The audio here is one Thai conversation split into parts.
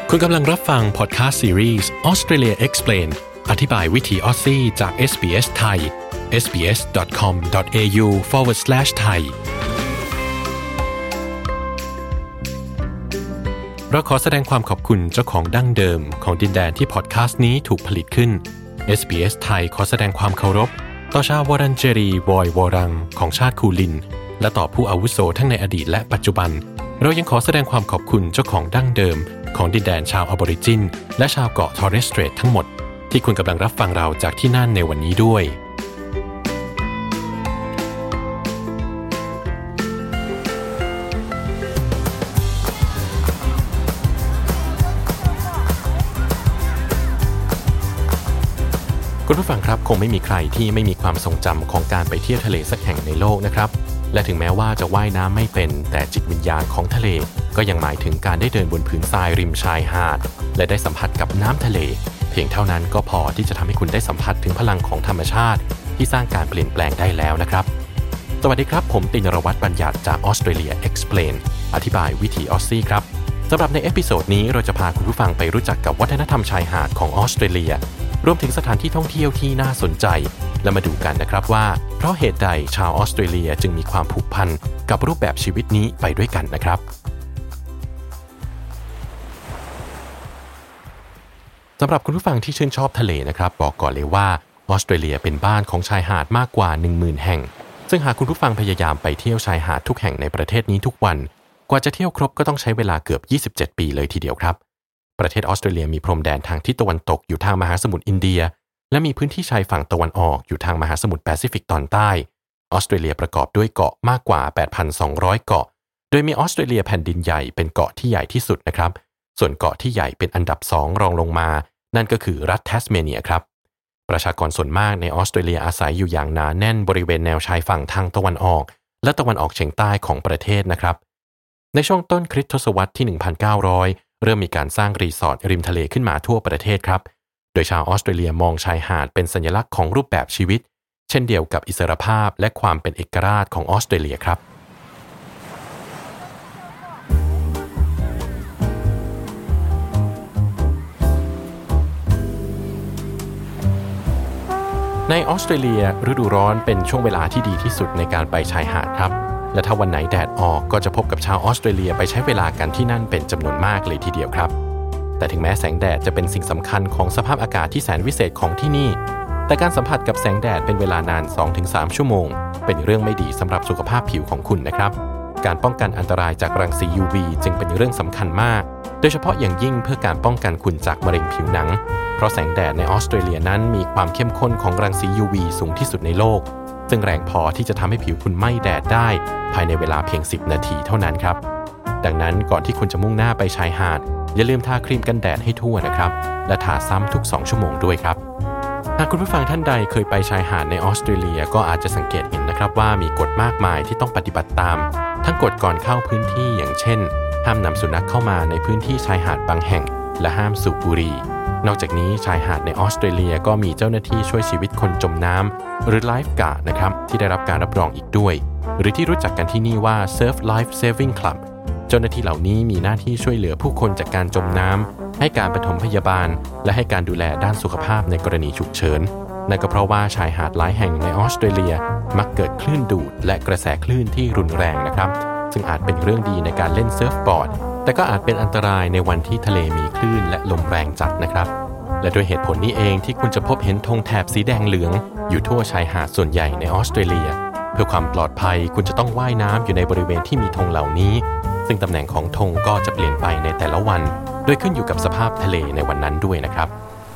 คุณกำลังรับฟังพอดคาสต์ซีรีส์ Australia Explain อธิบายวิถีออสซี่จาก SBS ไทย sbs.com.au/thai เราขอแสดงความขอบคุณเจ้าของดั้งเดิมของดินแดนที่พอดคาสต์นี้ถูกผลิตขึ้น SBS ไทยขอแสดงความเคารพต่อชาววอรันเจรีวอยวอรังของชาติคูลินและต่อผู้อาวุโสทั้งในอดีตและปัจจุบันเรายังขอแสดงความขอบคุณเจ้าของดั้งเดิมของดินแดนชาวออบอริจินและชาวเกาะทอร์เรสสเตรททั้งหมดที่คุณกำลังรับฟังเราจากที่นั่นในวันนี้ด้วยคุณผู้ฟังครับคงไม่มีใครที่ไม่มีความทรงจำของการไปเที่ยวทะเลสักแห่งในโลกนะครับและถึงแม้ว่าจะว่ายน้ำไม่เป็นแต่จิตวิญญาณของทะเลก็ยังหมายถึงการได้เดินบนผืนทรายริมชายหาดและได้สัมผัสกับน้ำทะเลเพียงเท่านั้นก็พอที่จะทำให้คุณได้สัมผัสถึงพลังของธรรมชาติที่สร้างการเปลี่ยนแปลงได้แล้วนะครับสวัสดีครับผมตินรวัฒน์บัญญัติจาก Australia Explain อธิบายวิถีออสซี่ครับสำหรับในเอพิโซดนี้เราจะพาคุณผู้ฟังไปรู้จักกับวัฒนธรรมชายหาดของออสเตรเลียรวมถึงสถานที่ท่องเที่ยวที่น่าสนใจและมาดูกันนะครับว่าเพราะเหตุใดชาวออสเตรเลียจึงมีความผูกพันกับรูปแบบชีวิตนี้ไปด้วยกันนะครับสำหรับคุณผู้ฟังที่ชื่นชอบทะเลนะครับบอกก่อนเลยว่าออสเตรเลียเป็นบ้านของชายหาดมากกว่า 10,000 แห่งซึ่งหากคุณผู้ฟังพยายามไปเที่ยวชายหาดทุกแห่งในประเทศนี้ทุกวันกว่าจะเที่ยวครบก็ต้องใช้เวลาเกือบ27 ปีเลยทีเดียวครับประเทศออสเตรเลียมีพรมแดนทางทิศตะวันตกอยู่ทางมหาสมุทรอินเดียและมีพื้นที่ชายฝั่งตะวันออกอยู่ทางมหาสมุทรแปซิฟิกตอนใต้ออสเตรเลียประกอบด้วยเกาะมากกว่า 8,200 เกาะโดยมีออสเตรเลียแผ่นดินใหญ่เป็นเกาะที่ใหญ่ที่สุดนะครับส่วนเกาะที่ใหญ่เป็นอันดับ2รองลงมานั่นก็คือรัฐแทสเมเนียครับประชากรส่วนมากในออสเตรเลียอาศัยอยู่อย่างหนาแน่นบริเวณแนวชายฝั่งทางตะวันออกและตะวันออกเฉียงใต้ของประเทศนะครับในช่วงต้นคริสตศตวรรษที่ 1900 เริ่มมีการสร้างรีสอร์ทริมทะเลขึ้นมาทั่วประเทศครับโดยชาวออสเตรเลียมองชายหาดเป็นสัญลักษณ์ของรูปแบบชีวิตเช่นเดียวกับอิสรภาพและความเป็นเอกราชของออสเตรเลียครับในออสเตรเลียฤดูร้อนเป็นช่วงเวลาที่ดีที่สุดในการไปชายหาดครับและถ้าวันไหนแดดออกก็จะพบกับชาวออสเตรเลียไปใช้เวลากันที่นั่นเป็นจำนวนมากเลยทีเดียวครับแต่ถึงแม้แสงแดดจะเป็นสิ่งสำคัญของสภาพอากาศที่แสนวิเศษของที่นี่แต่การสัมผัสกับแสงแดดเป็นเวลานาน 2-3 ชั่วโมงเป็นเรื่องไม่ดีสำหรับสุขภาพผิวของคุณนะครับการป้องกันอันตรายจากรังสี UV จึงเป็นเรื่องสำคัญมากโดยเฉพาะอย่างยิ่งเพื่อการป้องกันคุณจากมะเร็งผิวหนังเพราะแสงแดดในออสเตรเลียนั้นมีความเข้มข้นของรังสี UV สูงที่สุดในโลกซึ่งแรงพอที่จะทำให้ผิวคุณไหม้แดดได้ภายในเวลาเพียง10 นาทีเท่านั้นครับดังนั้นก่อนที่คุณจะมุ่งหน้าไปชายหาดอย่าลืมทาครีมกันแดดให้ทั่วนะครับและทาซ้ำทุก2 ชั่วโมงด้วยครับหากคุณผู้ฟังท่านใดเคยไปชายหาดในออสเตรเลียก็อาจจะสังเกตเห็นนะครับว่ามีกฎมากมายที่ต้องปฏิบัติตามทั้งกฎก่อนเข้าพื้นที่อย่างเช่นห้ามนำสุนัขเข้ามาในพื้นที่ชายหาดบางแห่งและห้ามสูบบุหรี่นอกจากนี้ชายหาดในออสเตรเลียก็มีเจ้าหน้าที่ช่วยชีวิตคนจมน้ำหรือไลฟ์การ์ดนะครับที่ได้รับการรับรองอีกด้วยหรือที่รู้จักกันที่นี่ว่า Surf Life Saving Club เจ้าหน้าที่เหล่านี้มีหน้าที่ช่วยเหลือผู้คนจากการจมน้ำให้การปฐมพยาบาลและให้การดูแลด้านสุขภาพในกรณีฉุกเฉินนั่นก็เพราะว่าชายหาดหลายแห่งในออสเตรเลียมักเกิดคลื่นดูดและกระแสคลื่นที่รุนแรงนะครับซึ่งอาจเป็นเรื่องดีในการเล่นเซิร์ฟบอร์ดแต่ก็อาจเป็นอันตรายในวันที่ทะเลมีคลื่นและลมแรงจัดนะครับและด้วยเหตุผลนี้เองที่คุณจะพบเห็นธงแถบสีแดงเหลืองอยู่ทั่วชายหาดส่วนใหญ่ในออสเตรเลียเพื่อความปลอดภัยคุณจะต้องว่ายน้ำอยู่ในบริเวณที่มีธงเหล่านี้ซึ่งตำแหน่งของธงก็จะเปลี่ยนไปในแต่ละวันโดยขึ้นอยู่กับสภาพทะเลในวันนั้นด้วยนะครับ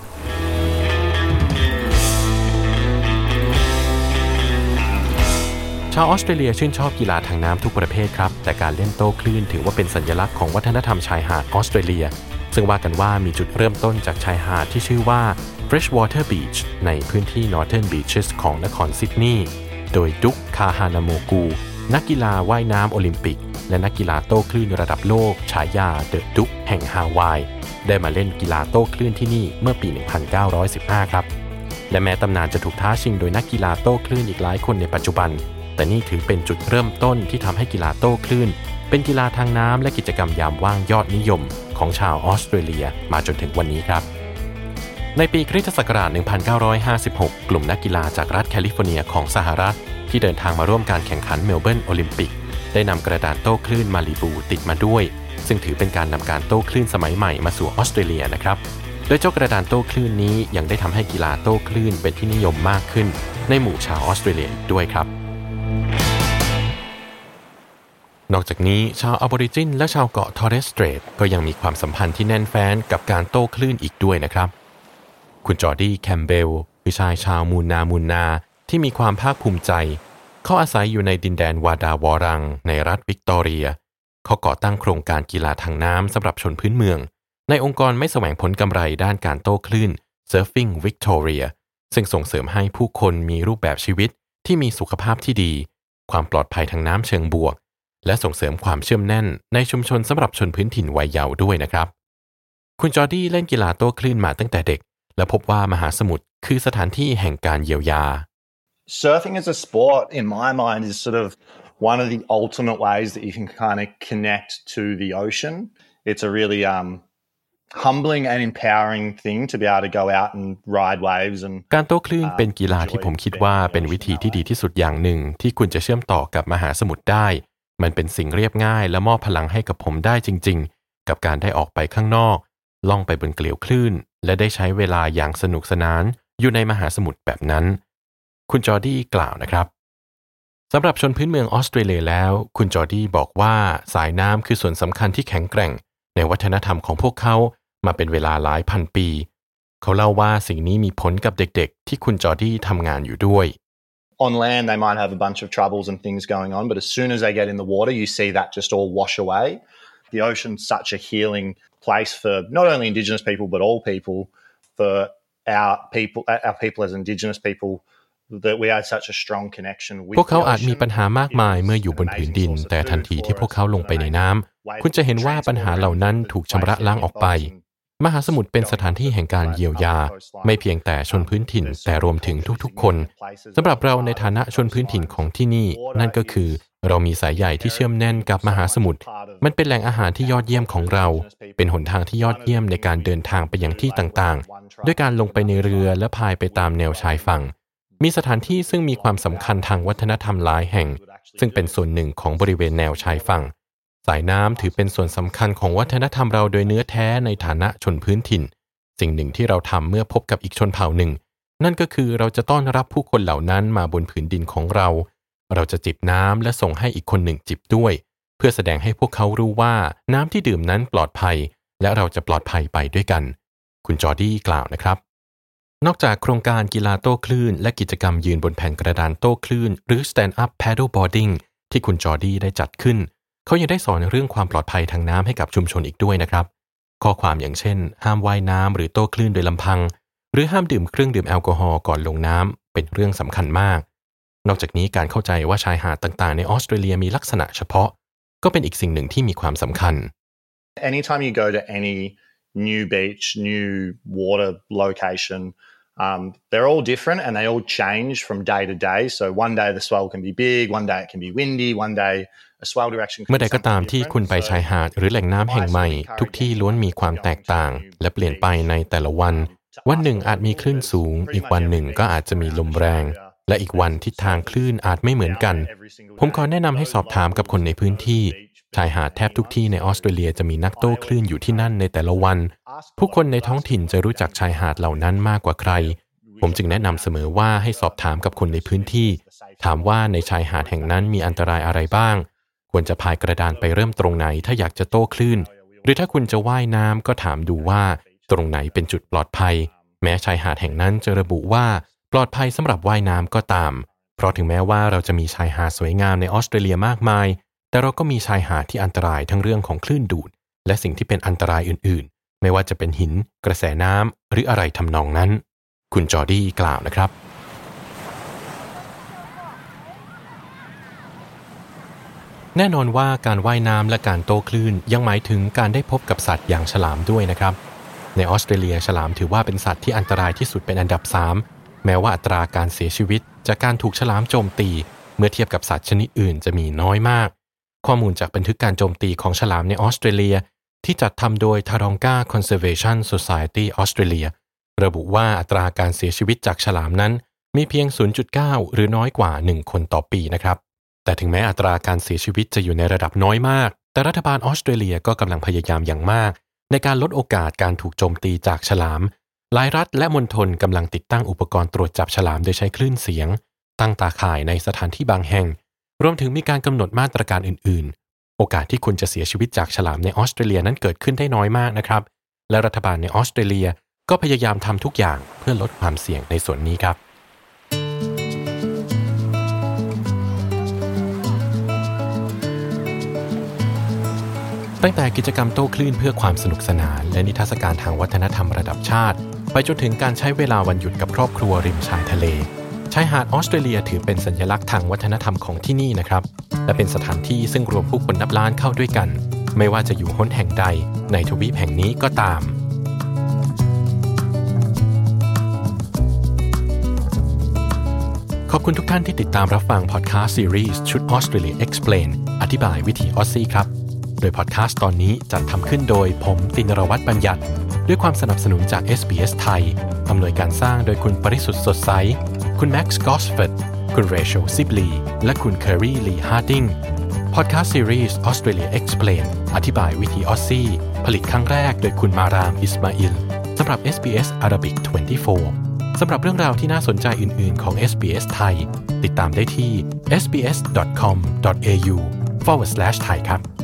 ชาวออสเตรเลียชื่นชอบกีฬาทางน้ำทุกประเภทครับแต่การเล่นโต้คลื่นถือว่าเป็นสัญลักษณ์ของวัฒนธรรมชายหาดออสเตรเลียซึ่งว่ากันว่ามีจุดเริ่มต้นจากชายหาดที่ชื่อว่า Freshwater Beach ในพื้นที่ Northern Beaches ของนครซิดนีย์โดยดุ๊ก คาฮานาโมกูนักกีฬาว่ายน้ำโอลิมปิกและนักกีฬาโต้คลื่นระดับโลกฉายาเดอะดุ๊กแห่งฮาวายได้มาเล่นกีฬาโต้คลื่นที่นี่เมื่อปี 1915 ครับและแม้ตำนานจะถูกท้าชิงโดยนักกีฬาโต้คลื่นอีกหลายคนในปัจจุบันแต่นี่ถือเป็นจุดเริ่มต้นที่ทำให้กีฬาโต้คลื่นเป็นกีฬาทางน้ำและกิจกรรมยามว่างยอดนิยมของชาวออสเตรเลียมาจนถึงวันนี้ครับในปีคริสตศักราช 1956 กลุ่มนักกีฬาจากรัฐแคลิฟอร์เนียของสหรัฐที่เดินทางมาร่วมการแข่งขันเมลเบิร์นโอลิมปิกได้นำกระดานโต้คลื่นมาลีบูติดมาด้วยซึ่งถือเป็นการนำการโต้คลื่นสมัยใหม่มาสู่ออสเตรเลียนะครับโดยเจ้ากระดานโต้คลื่นนี้ยังได้ทำให้กีฬาโต้คลื่นเป็นที่นิยมมากขึ้นในหมู่ชาวออสเตรเลียด้วยครับนอกจากนี้ชาวออบอริจินและชาวเกาะทอร์เรสสเตรทก็ยังมีความสัมพันธ์ที่แน่นแฟ้นกับการโต้คลื่นอีกด้วยนะครับคุณจอร์ดี้แคมเบลคือชายชาวมูนาที่มีความภาคภูมิใจเขาอาศัยอยู่ในดินแดนวาดาวอรังในรัฐวิกตอเรียเขาก่อตั้งโครงการกีฬาทางน้ำสำหรับชนพื้นเมืองในองค์กรไม่แสวงผลกำไรด้านการโต้คลื่น Surfing Victoria ซึ่งส่งเสริมให้ผู้คนมีรูปแบบชีวิตที่มีสุขภาพที่ดีความปลอดภัยทางน้ำเชิงบวกและส่งเสริมความเชื่อมแน่นในชุมชนสำหรับชนพื้นถิ่นวัยเยาว์ด้วยนะครับคุณจอร์ดี้เล่นกีฬาโต้คลื่นมาตั้งแต่เด็กและพบว่ามหาสมุทรคือสถานที่แห่งการเยียวยา Surfing as a sport, in my mind, is sort of one of the ultimate ways that you can kind of connect to the ocean. It's a really humbling and empowering thing to be able to go out and ride waves and การโต้คลื่นเป็นกีฬาที่ผมคิดว่าเป็นวิธีที่ดีที่สุดอย่างหนึ่งที่คุณจะเชื่อมต่อกับมหาสมุทรได้มันเป็นสิ่งเรียบง่ายและมอบพลังให้กับผมได้จริงๆกับการได้ออกไปข้างนอกล่องไปบนเกลียวคลื่นและได้ใช้เวลาอย่างสนุกสนานอยู่ในมหาสมุทรแบบนั้นคุณจอร์ดี้กล่าวนะครับสำหรับชนพื้นเมืองออสเตรเลียแล้วคุณจอร์ดี้บอกว่าสายน้ำคือส่วนสำคัญที่แข็งแกร่งในวัฒนธรรมของพวกเขามาเป็นเวลาหลายพันปีเขาเล่าว่าสิ่งนี้มีผลกับเด็กๆที่คุณจอร์ดี้ทำงานอยู่ด้วย On land, they might have a bunch of troubles and things going on, but as soon as they get in the water, you see that just all wash away. The ocean's such a healing place for not only Indigenous people, but all people, for our people as Indigenous people, that we have such a strong connection with พวกเขาอาจมีปัญหามากมายเมื่ออยู่บนผืนดินแต่ทันทีที่พวกเขาลงไปในน้ำคุณจะเห็นว่าปัญหาเหล่านั้นถูกชำระล้างออกไปมหาสมุทรเป็นสถานที่แห่งการเยียวยาไม่เพียงแต่ชนพื้นถิ่นแต่รวมถึงทุกๆคนสำหรับเราในฐานะชนพื้นถิ่นของที่นี่นั่นก็คือเรามีสายใยที่เชื่อมแน่นกับมหาสมุทรมันเป็นแหล่งอาหารที่ยอดเยี่ยมของเราเป็นหนทางที่ยอดเยี่ยมในการเดินทางไปยังที่ต่างๆด้วยการลงไปในเรือและพายไปตามแนวชายฝั่งมีสถานที่ซึ่งมีความสำคัญทางวัฒนธรรมหลายแห่งซึ่งเป็นส่วนหนึ่งของบริเวณแนวชายฝั่งสายน้ำถือเป็นส่วนสำคัญของวัฒนธรรมเราโดยเนื้อแท้ในฐานะชนพื้นถิ่นสิ่งหนึ่งที่เราทำเมื่อพบกับอีกชนเผ่าหนึ่งนั่นก็คือเราจะต้อนรับผู้คนเหล่านั้นมาบนผืนดินของเราเราจะจิบน้ำและส่งให้อีกคนหนึ่งจิบด้วยเพื่อแสดงให้พวกเขารู้ว่าน้ำที่ดื่มนั้นปลอดภัยและเราจะปลอดภัยไปด้วยกันคุณจอร์ดี้กล่าวนะครับนอกจากโครงการกีฬาโต้คลื่นและกิจกรรมยืนบนแผ่นกระดานโต้คลื่นหรือ Stand Up Paddleboarding ที่คุณจอร์ดี้ได้จัดขึ้นเขายังได้สอนเรื่องความปลอดภัยทางน้ำให้กับชุมชนอีกด้วยนะครับข้อความอย่างเช่นห้ามว่ายน้ำหรือโต้คลื่นโดยลำพังหรือห้ามดื่มเครื่องดื่มแอลกอฮอล์ก่อนลงน้ำเป็นเรื่องสำคัญมากนอกจากนี้การเข้าใจว่าชายหาดต่างๆในออสเตรเลียมีลักษณะเฉพาะก็เป็นอีกสิ่งหนึ่งที่มีความสำคัญ Anytime you go to any new beach, new water location, they're all different and they all change from day to day. So one day the swell can be big, one day it can be windy, one day a swell direction can be เมื่อใดก็ตามที่คุณไปชายหาดหรือแหล่งน้ำแห่งใหม่ทุกที่ล้วนมีความแตกต่างและเปลี่ยนไปในแต่ละวันวันหนึ่งอาจมีคลื่นสูงอีกวันหนึ่งก็อาจจะมีลมแรงและอีกวันทิศทางคลื่นอาจไม่เหมือนกันผมขอแนะนำให้สอบถามกับคนในพื้นที่ชายหาดแทบทุกที่ในออสเตรเลียจะมีนักโต้คลื่นอยู่ที่นั่นในแต่ละวันผู้คนในท้องถิ่นจะรู้จักชายหาดเหล่านั้นมากกว่าใครผมจึงแนะนำเสมอว่าให้สอบถามกับคนในพื้นที่ถามว่าในชายหาดแห่งนั้นมีอันตรายอะไรบ้างควรจะพายกระดานไปเริ่มตรงไหนถ้าอยากจะโต้คลื่นหรือถ้าคุณจะว่ายน้ำก็ถามดูว่าตรงไหนเป็นจุดปลอดภัยแม้ชายหาดแห่งนั้นจะระบุว่าปลอดภัยสำหรับว่ายน้ำก็ตามเพราะถึงแม้ว่าเราจะมีชายหาดสวยงามในออสเตรเลียมากมายแต่เราก็มีชายหาดที่อันตรายทั้งเรื่องของคลื่นดูดและสิ่งที่เป็นอันตรายอื่นๆไม่ว่าจะเป็นหินกระแสน้ำหรืออะไรทำนองนั้นคุณจอร์ดี้กล่าวนะครับแน่นอนว่าการว่ายน้ำและการโต้คลื่นยังหมายถึงการได้พบกับสัตว์อย่างฉลามด้วยนะครับในออสเตรเลียฉลามถือว่าเป็นสัตว์ที่อันตรายที่สุดเป็นอันดับ3แม้ว่าอัตราการเสียชีวิตจากการถูกฉลามโจมตีเมื่อเทียบกับสัตว์ชนิดอื่นจะมีน้อยมากข้อมูลจากบันทึกการโจมตีของฉลามในออสเตรเลียที่จัดทำโดย Taronga Conservation Society Australia ระบุว่าอัตราการเสียชีวิตจากฉลามนั้นมีเพียง 0.9 หรือน้อยกว่า 1 คนต่อปีนะครับแต่ถึงแม้อัตราการเสียชีวิตจะอยู่ในระดับน้อยมากแต่รัฐบาลออสเตรเลียก็กำลังพยายามอย่างมากในการลดโอกาสการถูกโจมตีจากฉลามหลายรัฐและมณฑลกำลังติดตั้งอุปกรณ์ตรวจจับฉลามโดยใช้คลื่นเสียงตั้งตาข่ายในสถานที่บางแห่งรวมถึงมีการกำหนดมาตรการอื่นๆโอกาสที่คุณจะเสียชีวิตจากฉลามในออสเตรเลียนั้นเกิดขึ้นได้น้อยมากนะครับและรัฐบาลในออสเตรเลียก็พยายามทำทุกอย่างเพื่อลดความเสี่ยงในส่วนนี้ครับตั้งแต่กิจกรรมโต้คลื่นเพื่อความสนุกสนานและนิทรรศการทางวัฒนธรรมระดับชาติไปจนถึงการใช้เวลาวันหยุดกับครอบครัวริมชายทะเลชายหาดออสเตรเลียถือเป็นสัญลักษณ์ทางวัฒนธรรมของที่นี่นะครับและเป็นสถานที่ซึ่งรวมผู้คนนับล้านเข้าด้วยกันไม่ว่าจะอยู่หนแห่งใดในทวีปแห่งนี้ก็ตามขอบคุณทุกท่านที่ติดตามรับฟังพอดคาสต์ซีรีส์ชุด Australia Explain อธิบายวิถีออสซี่ครับโดยพอดคาสต์ตอนนี้จัดทำขึ้นโดยผมตินรวัฒน์บัญญัติด้วยความสนับสนุนจาก SBS ไทยอำนวยการสร้างโดยคุณปริสุทธิ์สดใสคุณแม็กซ์กอสเฟตคุณเรเชลซิบลีและคุณเคอรี่ลีฮาร์ดิงพอดคาสต์ซีรีส์ Australia Explain อธิบายวิถีออสซี่ผลิตครั้งแรกโดยคุณมารามอิสมาอิลสำหรับ SBS Arabic 24สำหรับเรื่องราวที่น่าสนใจอื่นๆของ SBS ไทยติดตามได้ที่ sbs.com.au/thai ครับ